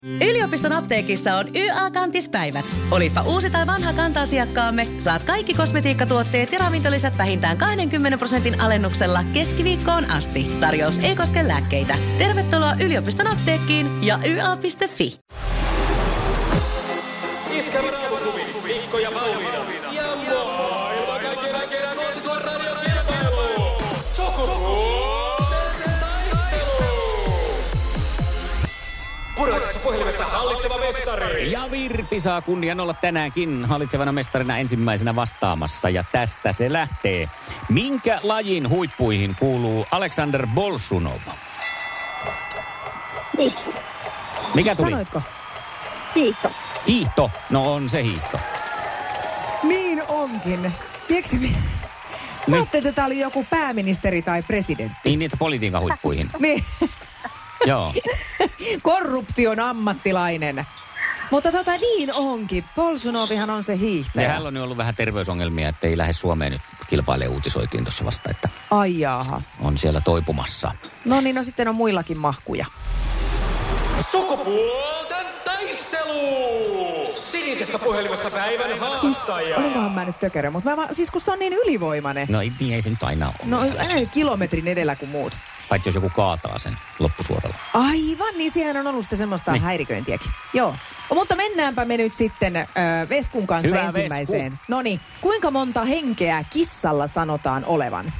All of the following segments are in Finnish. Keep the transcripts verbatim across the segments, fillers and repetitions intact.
Yliopiston apteekissa on Y A-kantispäivät. Olitpa uusi tai vanha kanta-asiakkaamme, saat kaikki kosmetiikkatuotteet ja ravintolisät vähintään kaksikymmentä prosentin alennuksella keskiviikkoon asti. Tarjous ei koske lääkkeitä. Tervetuloa yliopiston apteekkiin ja y a piste f i. Iskävä raamuklubi, Mikko ja Pauliina. Ja maailman kaikkien aikeen suosituen radiokilpailu. Sukupuolten taistelu. Puraisessa puhelimessa hallitseva mestari. Ja Virpi saa kunnian olla tänäänkin hallitsevana mestarina ensimmäisenä vastaamassa. Ja tästä se lähtee. Minkä lajin huippuihin kuuluu Aleksander Bolshunov? Hiihto. Mikä tuli? Sanoitko? Hiihto. Hiihto. No on se hiihto. Niin onkin. Tiedätkö, mi- Mä ajattelin, että tämä oli joku pääministeri tai presidentti. Niin niitä politiikan huippuihin. Niin. Joo. Korruption ammattilainen. Mutta tota niin onkin. Bolshunovihan on se hiihtäjä. Ja hänellä on nyt ollut vähän terveysongelmia, että ei lähde Suomeen nyt kilpailemaan, uutisoitiin tuossa vasta, että Ai jaaha. on siellä toipumassa. No niin, no sitten on muillakin mahkuja. Sukupuolten taistelu. Sinisessä puhelimessa päivän haastaja. Olinkohan mä nyt tökerö, mutta mä vaan, siis kun se on niin ylivoimainen. No ei, niin ei se nyt aina ole. No aina kilometrin edellä kuin muut. Paitsi jos joku kaataa sen loppusuoralla. Aivan, niin siihen on ollut sitten semmoista niin. häiriköintiäkin. Joo. O, mutta mennäänpä me nyt sitten äh, Veskun kanssa Hyvä ensimmäiseen. Noniin, kuinka monta henkeä kissalla sanotaan olevan?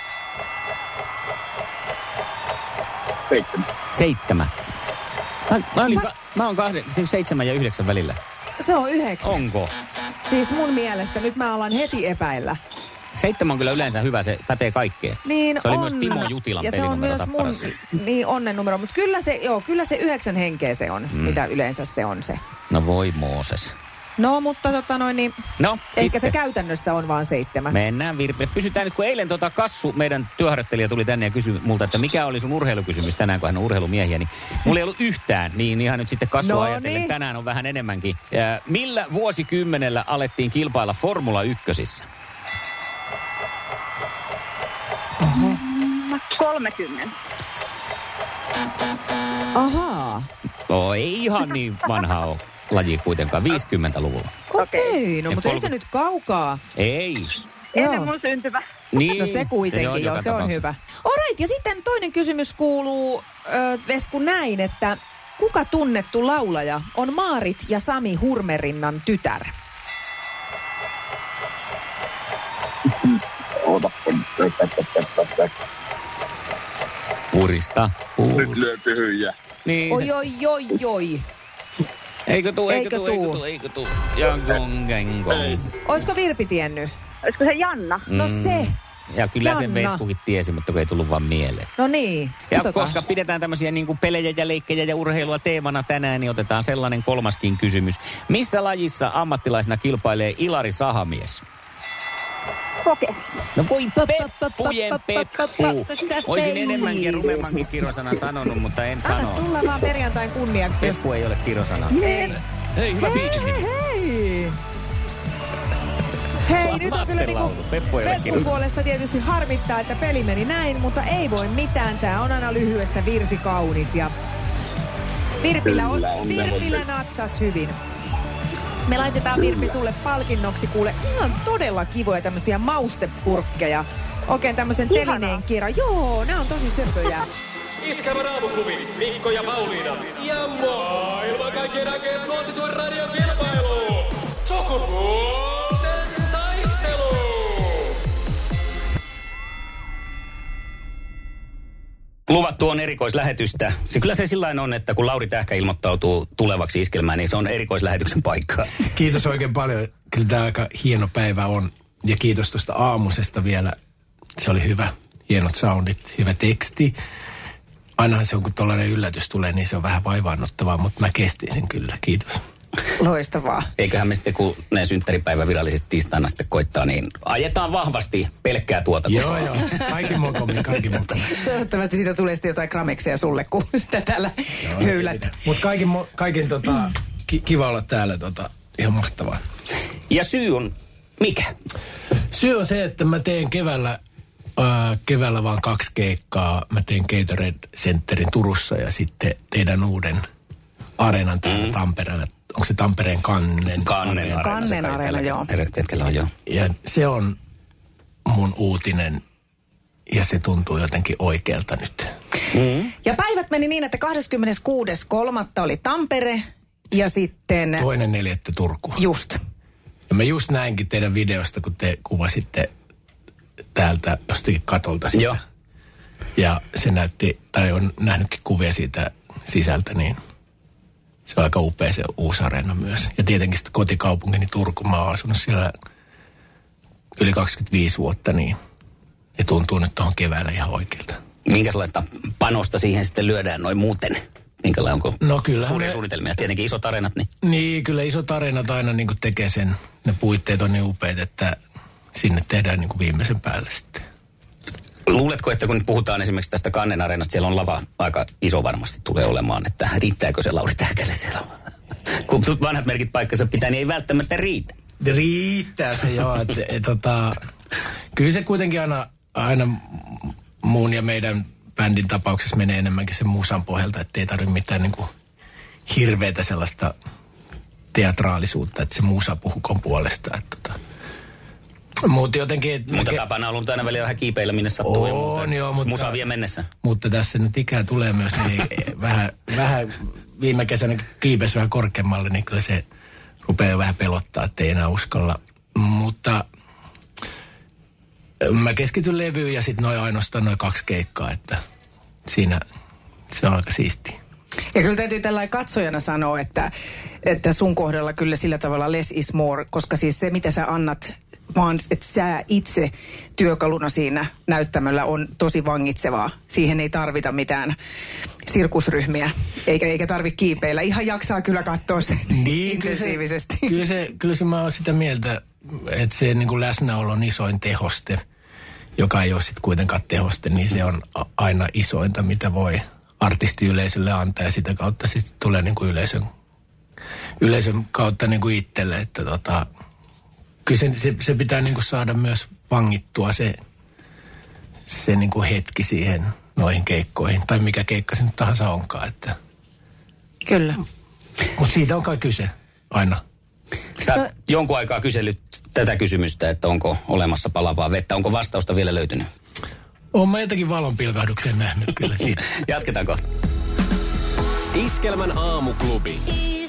Seitsemän. Seitsemän. Mä, mä, olin, mä... mä oon kahden, siis seitsemän ja yhdeksän välillä. Se on yhdeksän. Onko? Siis mun mielestä, nyt mä alan heti epäillä. Seitsemän on kyllä yleensä hyvä, se pätee kaikkeen. Niin se oli on. myös Timo Jutilan ja se on pelinumero myös mun niin onnen numero, mutta kyllä se, joo, kyllä se yhdeksän henkeä se on, mm. mitä yleensä se on se. No voi Mooses. No, mutta tota noin, niin no, ehkä sitten. Se käytännössä on vaan seitsemän. Mennään Virpi. Pysytään nyt, kun eilen tota Kassu, meidän työharjoittelija, tuli tänne ja kysyi multa, että mikä oli sun urheilukysymys tänään, kun hän on urheilumiehiä, niin mulla ei ollut yhtään, niin ihan nyt sitten Kassu no ajatellen, niin. Tänään on vähän enemmänkin. Ja millä vuosikymmenellä alettiin kilpailla Formula ykkösissä? Oho. kolmekymmentä. Ahaa. No ei ihan niin vanha ole laji kuitenkaan, viisikymmentäluvulla. Okei, no ja mutta kolme... ei se nyt kaukaa. Ei. Ennen mun syntymä. Niin, no se kuitenkin se jo, se on hyvä. Alright, ja sitten toinen kysymys kuuluu, äh, Vesku, näin, että kuka tunnettu laulaja on Maarit ja Sami Hurmerinnan tytär? Purista. Pur. Nyt lyö tyhjä. Niin, oi, se... oi, oi, oi. Eikö tuu, eikö, eikö tuu, tuu, eikö tuu, eikö tuu. Jankongengong. Oisko Virpi tiennyt? Olisiko se Janna? No Mm. se. Ja kyllä Janna. sen Veskukin tiesi, mutta kun ei tullut vaan mieleen. No niin. Ja Otetaan. koska pidetään tämmöisiä niin kuin pelejä ja leikkejä ja urheilua teemana tänään, niin otetaan sellainen kolmaskin kysymys. Missä lajissa ammattilaisena kilpailee Ilari Sahamies? Koke. No voi peppujen peppu. Olisin enemmänkin ja rumemmankin kirosanan sanonut, mutta en Anna sano. tulla vaan perjantain kunniaksi. Jos... Peppu ei ole kirosana. Hei, Hei, hyvä biisi. hei, hei. Hei, nyt on kyllä niinku Veskun puolesta tietysti harmittaa, että peli meni näin, mutta ei voi mitään. Tää on aina lyhyestä virsi kaunis ja Virpillä, on, Virpillä natsas hyvin. Me laitetaan Virpi sulle palkinnoksi kuule ihan todella kivoja tämmöisiä maustepurkkeja. Oikein tämmöisen telineen kierran. Joo, nämä on tosi söpöjä. Iskävä raamuklubi, Mikko ja Pauliina. Ja maailman kaikkien aikeen suosituen radiokilpailu. Sukupuolten taistelu. Luvattu on erikoislähetystä. Se kyllä se sillain on, että kun Lauri Tähkä ilmoittautuu tulevaksi iskelmään, niin se on erikoislähetyksen paikka. Kiitos oikein paljon. Kyllä tämä aika hieno päivä on. Ja kiitos tuosta aamusesta vielä. Se oli hyvä. Hienot soundit, hyvä teksti. Ainahan se on, kun tuollainen yllätys tulee, niin se on vähän vaivaannuttavaa, mutta mä kestin sen kyllä. Kiitos. Loistavaa. Eiköhän me sitten, kun ne synttäripäivä virallisesti tiistaina sitten koittaa, niin ajetaan vahvasti pelkkää tuota. Joo, joo. Kaikki mokomi, kaikki mokomi. Toivottavasti siitä tulee sitten jotain gramekseja sulle, kun sitä täällä höylät. Mutta kaikin, kaikin tota, ki, kiva olla täällä, tota, ihan mahtavaa. Ja syy on mikä? Syy on se, että mä teen keväällä, äh, keväällä vaan kaksi keikkaa. Mä teen Gatorade Centerin Turussa ja sitten teidän uuden areenan täällä mm. Tampereella. Onko se Tampereen Kannen? Kannen areena. Kannen areena, joo. Hetkellä on, joo. Ja se on mun uutinen ja se tuntuu jotenkin oikealta nyt. Mm. Ja päivät meni niin, että kahdeskymmeneskuudes kolmatta oli Tampere ja sitten... Toinen neljättä Turku. Just. Ja mä just näinkin teidän videosta, kun te kuvasitte täältä jostakin katolta sitä. Joo. Ja se näytti, tai on nähnytkin kuvia siitä sisältä, niin se on aika upea se uusi areena myös. Ja tietenkin sitten kotikaupunkini Turku, mä oon asunut siellä yli kaksikymmentäviisi vuotta, niin ne tuntuu nyt tuohon keväällä ihan oikealta. Minkälaista panosta siihen sitten lyödään noin muuten? Minkälainen onko no, suuria ne... suunnitelmia? Tietenkin isot arenat, niin... Niin, kyllä isot arenat aina niin kuin tekee sen. Ne puitteet on niin upeat, että sinne tehdään niin kuin viimeisen päälle sitten. Luuletko, että kun nyt puhutaan esimerkiksi tästä Kannen areenasta, siellä on lava aika iso varmasti tulee olemaan, että riittääkö se Lauri Tähkälle siellä? Kun vanhat merkit paikkansa pitää, niin ei välttämättä riitä. Riittää se joo, että et, tota, kyllä se kuitenkin aina, aina muun ja meidän bändin tapauksessa menee enemmänkin sen musan pohjalta, ettei tarvitse mitään niin kuin hirveätä sellaista teatraalisuutta, että se musa puhukon puolesta. Että, tota. Mutta jotenkin... Et, mutta tapana on ollut aina välillä vähän kiipeillä, minne sattuu on, ja muuta. Joo, mutta, musa vie mennessä. Mutta tässä nyt ikää tulee myös niin vähän, vähän viime kesänä kiipesi vähän korkeammalle, niin kyllä se rupeaa vähän pelottaa, ettei enää uskalla. Mutta mä keskityn levyyn ja sitten noin ainoastaan noin kaksi keikkaa, että siinä se on aika siistiä. Ja kyllä täytyy tällainen katsojana sanoa, että, että sun kohdalla kyllä sillä tavalla less is more, koska siis se, mitä sä annat, vaan että sä itse työkaluna siinä näyttämöllä on tosi vangitsevaa. Siihen ei tarvita mitään sirkusryhmiä, eikä, eikä tarvitse kiipeillä. Ihan jaksaa kyllä katsoa sen niin, intensiivisesti. Kyllä se, kyllä, se, kyllä se mä oon sitä mieltä, että se niin kuin läsnäolo on isoin tehoste, joka ei ole sitten kuitenkaan tehoste, niin se on aina isointa, mitä voi artistiyleisölle antaa ja sitä kautta sitten tulee niin kuin yleisön, yleisön kautta niin kuin itselle, että tota, kyllä se, se, se pitää niin kuin saada myös vangittua se, se niin kuin hetki siihen noihin keikkoihin, tai mikä keikka se nyt tahansa onkaan, että. Kyllä. Mutta siitä on kai kyse aina. Sä oot no. jonkun aikaa kysellyt tätä kysymystä, että onko olemassa palavaa vettä, onko vastausta vielä löytynyt? Oon mä jotakin valonpilkahduksen nähnyt kyllä siitä. Jatketaan kohta. Iskelmän aamuklubi.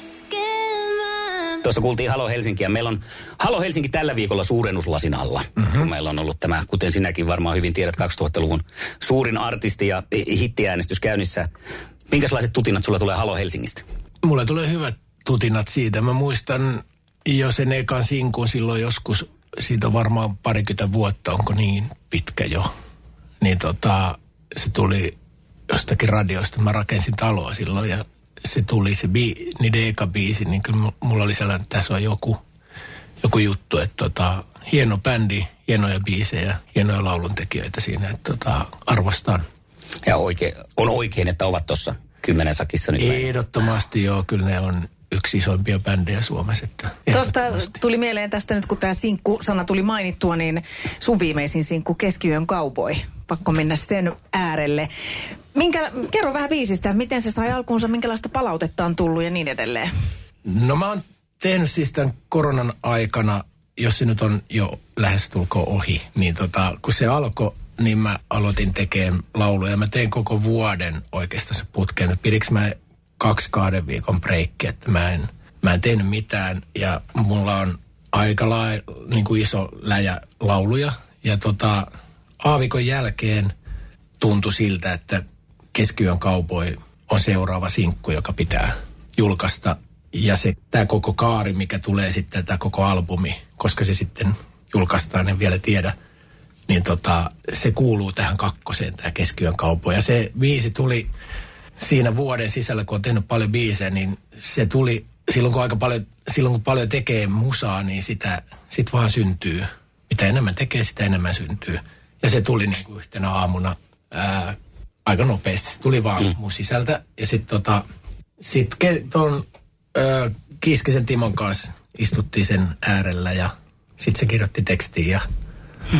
Tuossa kuultiin Halo Helsinkiä. Meillä on Halo Helsinki tällä viikolla suurennuslasin alla. Mm-hmm. Kun meillä on ollut tämä, kuten sinäkin varmaan hyvin tiedät, kaksituhattaluvun suurin artisti- ja hittiäänestys käynnissä. Minkälaiset tutinat sulla tulee Halo Helsingistä? Mulle tulee hyvät tutinat siitä. Mä muistan jo sen ekan sinkun silloin joskus, siitä on varmaan parikymmentä vuotta, onko niin pitkä jo. Niin tota, se tuli jostakin radiosta. Mä rakensin taloa silloin ja se tuli se bi, niiden eka biisi, niin kyllä mulla oli sellainen, että tässä on joku, joku juttu, että tota, hieno bändi, hienoja biisejä, hienoja lauluntekijöitä siinä, että tota, arvostan. Ja oikein, on oikein, että ovat tuossa kymmenen sakissa nyt. Ehdottomasti joo, kyllä ne on yksi isoimpia bändejä Suomessa. Tuosta tuli mieleen tästä nyt, kun tämä sinkku-sana tuli mainittua, niin sun viimeisin sinkku Keskiyön Cowboy. Pakko mennä sen äärelle. Minkä, kerro vähän biisistä, miten se sai alkuunsa, minkälaista palautetta on tullut ja niin edelleen. No mä oon tehnyt siis tämän koronan aikana, jos se nyt on jo lähestulkoon ohi, niin tota, kun se alkoi, niin mä aloitin tekemään lauluja. Mä tein koko vuoden oikeastaan se putkeen. Pidikö mä kaksi kahden viikon breikki, että mä en, mä en tehnyt mitään. Ja mulla on aika lai, niin kuin iso läjä lauluja. Ja tota, aavikon jälkeen tuntui siltä, että Keskiyön Cowboy on seuraava sinkku, joka pitää julkaista. Ja se, tämä koko kaari, mikä tulee sitten, tämä koko albumi, koska se sitten julkaistaan, en vielä tiedä, niin tota, se kuuluu tähän kakkoseen, tämä Keskiyön Cowboy. Ja se biisi tuli siinä vuoden sisällä, kun on tehnyt paljon biisejä, niin se tuli, silloin kun aika paljon, silloin kun paljon tekee musaa, niin sitä sit vaan syntyy. Mitä enemmän tekee, sitä enemmän syntyy. Ja se tuli niin kuin yhtenä aamuna ää, aika nopeasti. Se tuli vaan mm. mun sisältä. Ja sitten tota, sit tuon Kiiskisen Timon kanssa istuttiin sen äärellä ja sitten se kirjoitti tekstiin. Ja, mm.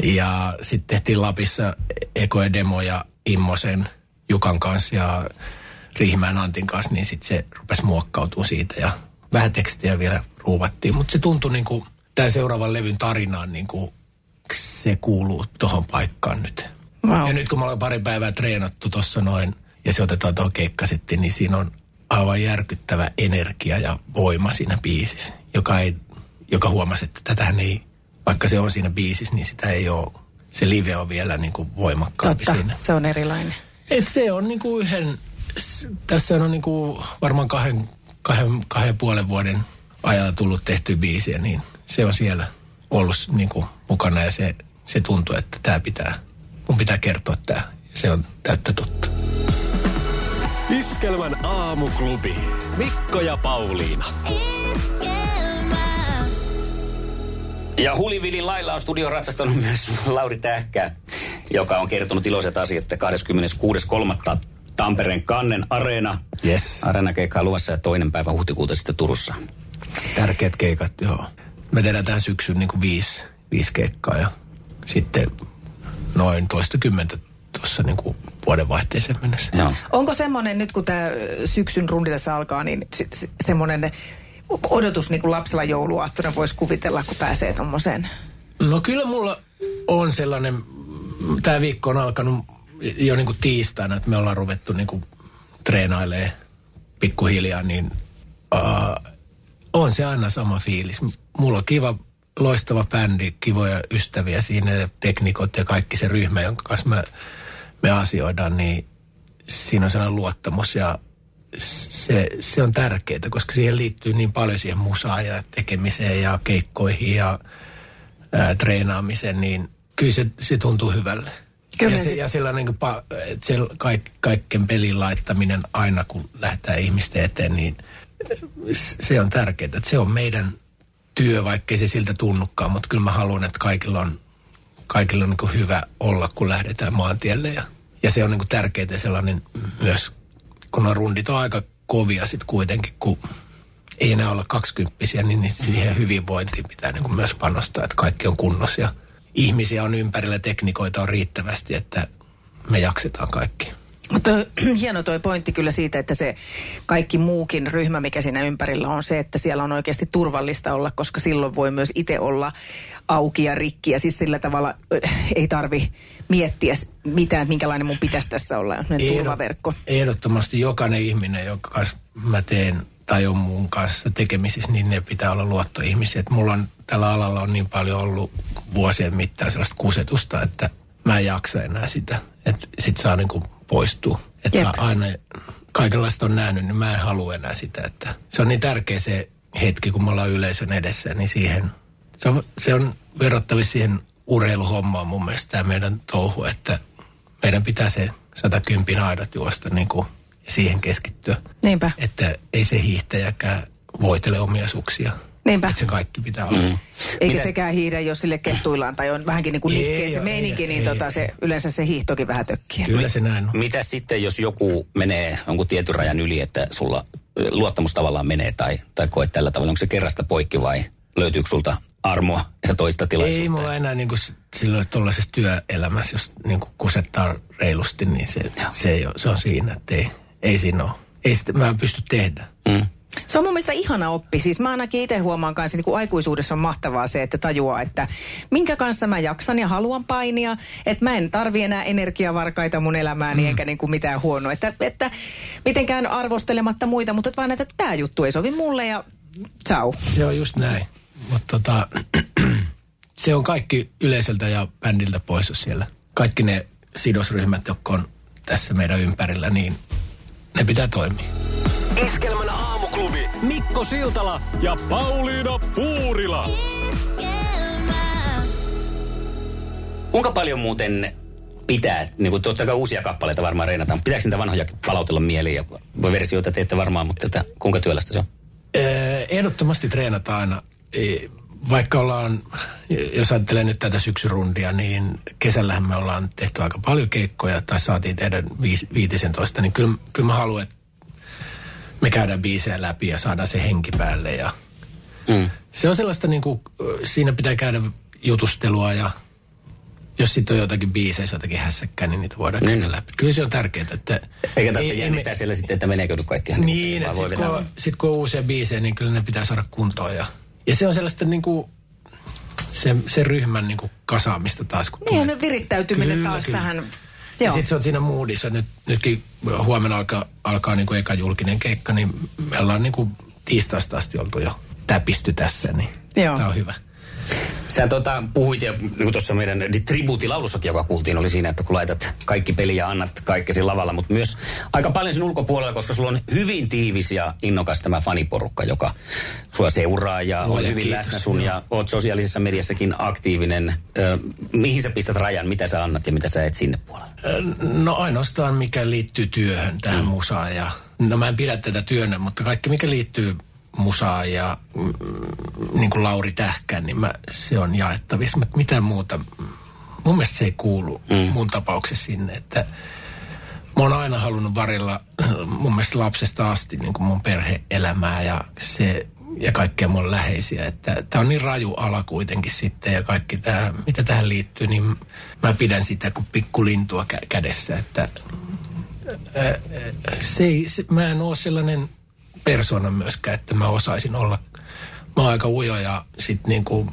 ja sitten tehtiin Lapissa Eko ja Demo ja Immosen Jukan kanssa ja Riihimäen Antin kanssa, niin sitten se rupesi muokkautua siitä ja vähän tekstiä vielä ruuvattiin. Mutta se tuntui niin kuin tämän seuraavan levyn tarinaan, niin kuin se kuuluu tohon paikkaan nyt. Wow. Ja nyt kun me ollaan pari päivää treenattu tuossa noin ja se otetaan tuohon keikkasettiin, niin siinä on aivan järkyttävä energia ja voima siinä biisissä, joka, ei, joka huomasi, että tätähän ei, vaikka se on siinä biisissä, niin sitä ei ole, se live on vielä niin kuin voimakkaampi Totta, siinä. Se on erilainen. Et se on niin kuin yhden, tässä on niin kuin varmaan kahden, kahden, kahden puolen vuoden ajalla tullut tehty biisiä, niin se on siellä ollut niin kuin mukana ja se, se tuntuu, että tämä pitää, mun pitää kertoa tämä. Se on täyttä totta. Iskelmän aamuklubi. Mikko ja Pauliina. Ja Hulivilin lailla on studio ratsastanut myös Lauri Tähkä, joka on kertonut iloiset asiat, että kahdeskymmeneskuudes kolmatta Tampereen Kannen Areena. Yes. Areena-keikkaa luvassa ja toinen päivä huhtikuuta sitten Turussa. Tärkeät keikat, joo. Me tehdään tähän syksyn niin kuin viisi, viisi keikkaa ja sitten noin toistakymmentä tuossa niin kuin vuodenvaihteeseen mennessä. Joo. Onko semmoinen, nyt kun tämä syksyn rundi tässä alkaa, niin se, se, semmoinen odotus niin kuin lapsella jouluaattona voisi kuvitella, kun pääsee tommoseen? No kyllä mulla on sellainen, tämä viikko on alkanut jo niin kuin tiistaina, että me ollaan ruvettu niin kuin treenailemaan pikkuhiljaa, niin uh, on se aina sama fiilis. Mulla on kiva, loistava bändi, kivoja ystäviä siinä, teknikot ja kaikki se ryhmä, jonka kanssa me, me asioidaan, niin siinä on sellainen luottamus ja se, se on tärkeää, koska siihen liittyy niin paljon siihen musaan ja tekemiseen ja keikkoihin ja ää, treenaamiseen, niin kyllä se, se tuntuu hyvälle. Kyllä ja, se, siis... ja sellainen, että se kaik, kaiken pelin laittaminen aina, kun lähtee ihmisten eteen, niin se on tärkeää. Että se on meidän työ, vaikkei se siltä tunnukaan, mutta kyllä mä haluan, että kaikilla on, kaikilla on niin hyvä olla, kun lähdetään maantielle. Ja, ja se on niin tärkeää sellainen myös, kun on rundit on aika kovia sitten kuitenkin, kun ei enää olla kaksikymppisiä, niin siihen hyvinvointiin pitää niin myös panostaa, että kaikki on kunnossa ja ihmisiä on ympärillä, teknikoita on riittävästi, että me jaksetaan kaikki. Mutta hieno toi pointti kyllä siitä, että se kaikki muukin ryhmä, mikä siinä ympärillä on se, että siellä on oikeasti turvallista olla, koska silloin voi myös itse olla auki ja rikki. Ja siis sillä tavalla ei tarvi miettiä mitään, minkälainen mun pitäisi tässä olla, Ehdot, turvaverkko. Ehdottomasti jokainen ihminen, joka kanssa mä teen tai on mun kanssa tekemisissä, niin ne pitää olla luottoihmisiä. Et mulla on tällä alalla on niin paljon ollut vuosien mittaan sellaista kusetusta, että mä en jaksa enää sitä. Että sit saa niinku poistua. Että aina kaikenlaista on nähnyt, niin mä en halua enää sitä. Että se on niin tärkeä se hetki, kun me ollaan yleisön edessä, niin siihen, se on, se on verrattavissa siihen urheiluhommaan mun mielestä tämä meidän touhu, että meidän pitää se satakympin aidat juosta niin kuin, ja siihen keskittyä. Niinpä. Että ei se hiihtäjäkään voitele omia suksia. Niinpä. Että se kaikki pitää olla. Mm. Eikä Mitä? sekään hiihdä, jos sille kettuillaan tai on vähänkin niin kuin nihkeä se meininki, ei, niin ei, tota ei. Se, yleensä se hiihtokin vähän tökkii. Kyllä se näin on. Mitä sitten, jos joku menee jonkun tietyn rajan yli, että sulla luottamus tavallaan menee tai, tai koet tällä tavalla? Onko se kerrasta poikki vai löytyykö sulta armoa ja toista tilaisuutta? Ei mulla enää niin kuin silloin tuollaisessa työelämässä, jos niin kuin kusettaa reilusti, niin se, se, ei ole, se on siinä, että ei, ei siinä ole. Ei sitä, mä en pysty tehdä. Mm. Se on mun mielestä ihana oppi. Siis mä ainakin itse huomaan kanssa, että kun aikuisuudessa on mahtavaa se, että tajuaa, että minkä kanssa mä jaksan ja haluan painia. Että mä en tarvi enää energiavarkaita mun elämääni mm. eikä niin kuin mitään huonoa. Että, että mitenkään arvostelematta muita, mutta vaan, että tämä juttu ei sovi mulle ja ciao. Se on just näin. Mutta tota, se on kaikki yleisöltä ja bändiltä pois siellä. Kaikki ne sidosryhmät, jotka on tässä meidän ympärillä, niin ne pitää toimia. Iskelmän aamuklubi Mikko Siltala ja Pauliina Puurila. Iskelmä. Kuinka paljon muuten pitää, niin kuin totta kai uusia kappaleita varmaan reenataan, pitääkö niitä vanhoja palautella mieliin ja versioita teette varmaan, mutta että, kuinka työlästä se on? Ehdottomasti treenataan aina. Vaikka ollaan, jos ajattelee nyt tätä syksyrundia, niin kesällähän me ollaan tehty aika paljon keikkoja tai saatiin tehdä viitisentoista, niin kyllä, kyllä mä haluan, että me käydään biisejä läpi ja saadaan se henki päälle. Ja mm. Se on sellaista, niin kuin, siinä pitää käydä jutustelua ja, jos sitten on jotakin biiseissä jotakin hässäkkää, niin niitä voidaan käydä läpi. Kyllä se on tärkeää, että... Eikä tarvitse jännittää siellä sitten, että meneekö kaikki. Niin, että sitten kun, sit, kun on uusia biisejä, niin kyllä ne pitää saada kuntoon. Ja, ja se on sellaista niinku... Se, se ryhmän niinku kasaamista taas. Kun niin, no virittäytyminen kyllä, taas kyllä. Tähän... Ja sitten se on siinä moodissa. Nyt, nytkin huomenna alkaa, alkaa niinku eka julkinen keikka, niin me ollaan niinku tiistaista asti oltu jo täpisty tässä, niin tämä on hyvä. Sä tota, puhuit, ja niin tuossa meidän tribuutilaulussakin, joka kuultiin, oli siinä, että kun laitat kaikki peliä ja annat kaikkesi lavalla, mutta myös aika paljon sen ulkopuolella, koska sulla on hyvin tiivis ja innokas tämä faniporukka, joka sua seuraa ja on hyvin kiitos. Läsnä sun ja oot sosiaalisessa mediassakin aktiivinen. Ö, mihin sä pistät rajan, mitä sä annat ja mitä sä et sinne puolelle? No ainoastaan mikä liittyy työhön, tähän mm. musaan ja... No mä en pidä tätä työnä, mutta kaikki mikä liittyy musaa ja mm, niin kuin Lauri Tähkän, niin mä, se on jaettavissa. Mutta mitään muuta, mun mielestä se ei kuulu mm. mun tapauksessa sinne, että mä oon aina halunnut varilla mun mielestä lapsesta asti niin kuin mun perhe-elämää ja se ja kaikkea mun läheisiä, että tää on niin raju ala kuitenkin sitten ja kaikki tää, mitä tähän liittyy, niin mä pidän sitä kuin pikkulintua kä- kädessä, että ää, se ei, se, mä en oo sellainen persona myöskään, että mä osaisin olla, mä oon aika ujo ja sit niinku,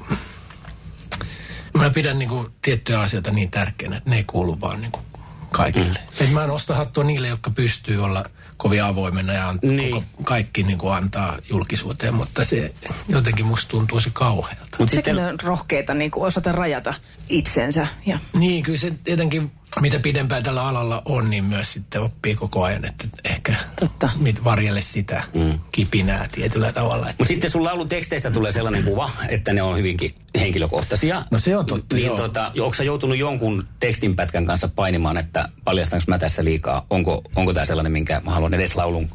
mä pidän niinku tiettyjä asioita niin tärkeänä, että ne ei kuulu vaan niinku kaikille. Mm. Et mä en osta hattua niille, jotka pystyy olla kovin avoimena ja ant- niin. koko, kaikki niinku antaa julkisuuteen, mutta se jotenkin musta tuntuu se kauhealta. Mutta sekin on rohkeita niinku osata rajata itsensä. Ja. Niin, kyllä se jotenkin, mitä pidempään tällä alalla on, niin myös sitten oppii koko ajan, että ehkä Totta. mit varjelle sitä mm. kipinää tietyllä tavalla. Mutta sitten sun laulun teksteistä tulee sellainen kuva, että ne on hyvinkin henkilökohtaisia. No se on totta, niin, joo. Tota, onko sä joutunut jonkun tekstinpätkän kanssa painimaan, että paljastanko mä tässä liikaa? Onko, onko tämä sellainen, minkä mä haluan edes laulun,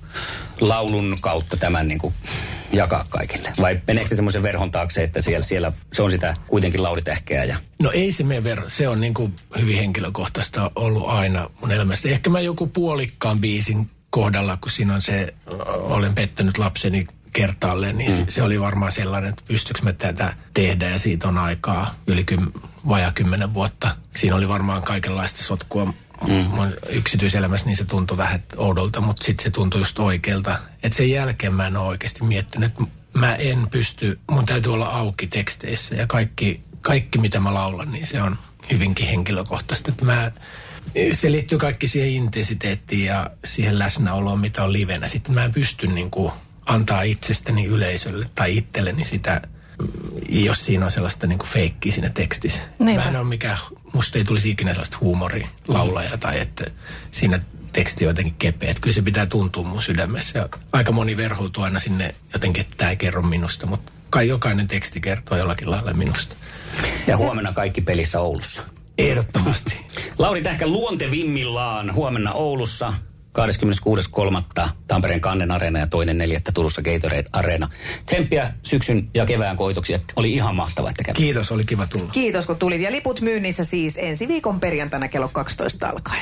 laulun kautta tämän niin kuin jakaa kaikille? Vai meneekö se semmoisen verhon taakse, että siellä, siellä se on sitä kuitenkin Lauri Tähkeä? Ja... No ei se mene verran. Se on niin kuin hyvin henkilökohtaista ollut aina mun elämästä. Ehkä mä joku puolikkaan biisin kohdalla, kun siinä on se, olen pettänyt lapseni kertaalleen, niin mm. se, se oli varmaan sellainen, että pystyykö mä tätä tehdä ja siitä on aikaa yli kym, vajaa kymmenen vuotta. Siinä oli varmaan kaikenlaista sotkua mm. mun yksityiselämässä, niin se tuntui vähän oudolta, mutta sitten se tuntui just oikealta. Että sen jälkeen mä en ole oikeasti miettinyt, että mä en pysty, mun täytyy olla auki teksteissä ja kaikki, kaikki mitä mä laulan, niin se on hyvinkin henkilökohtaista. Että mä, se liittyy kaikki siihen intensiteettiin ja siihen läsnäoloon, mitä on livenä. Sitten mä en pysty niin kuin antaa itsestäni yleisölle tai itselleni sitä, jos siinä on sellaista niin kuin feikkiä siinä tekstissä. Niin mä en ole mikään, musta ei tulisi ikinä sellaista huumorilaulajaa mm. tai että siinä teksti on jotenkin kepeä. Että kyllä se pitää tuntua mun sydämessä. Ja aika moni verhoutuu aina sinne jotenkin, että tämä ei kerro minusta, mutta kai jokainen teksti kertoo jollakin lailla minusta. Ja huomenna kaikki pelissä Oulussa. Ehdottomasti. Lauri Tähkä luontevimmillaan huomenna Oulussa. kahdeskymmeneskuudes kolmatta Tampereen Kannen Areena ja toinen neljättä Turussa Gatorade Areena. Tsemppiä syksyn ja kevään koitoksia. Oli ihan mahtavaa, että kävi. Kiitos, oli kiva tulla. Kiitos, kun tulit. Ja liput myynnissä siis ensi viikon perjantaina kello kaksitoista alkaen.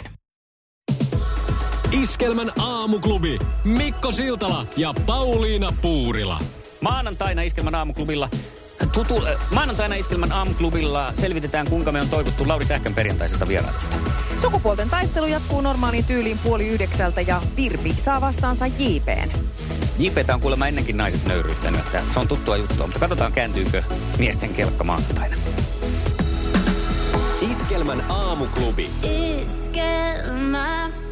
Iskelmän aamuklubi. Mikko Siltala ja Pauliina Puurila. Maanantaina Iskelmän aamuklubilla Tutu, maanantaina Iskelmän aamuklubilla selvitetään, kuinka me on toivottu Lauri Tähkän perjantaisesta vierailusta. Sukupuolten taistelu jatkuu normaaliin tyyliin puoli yhdeksältä ja Virpi saa vastaansa J P:n. J P:tä on kuulemma ennenkin naiset nöyryyttänyt, että se on tuttua juttua, mutta katsotaan kääntyykö miesten kelkka maanantaina. Iskelmän aamuklubi. Iskelmä.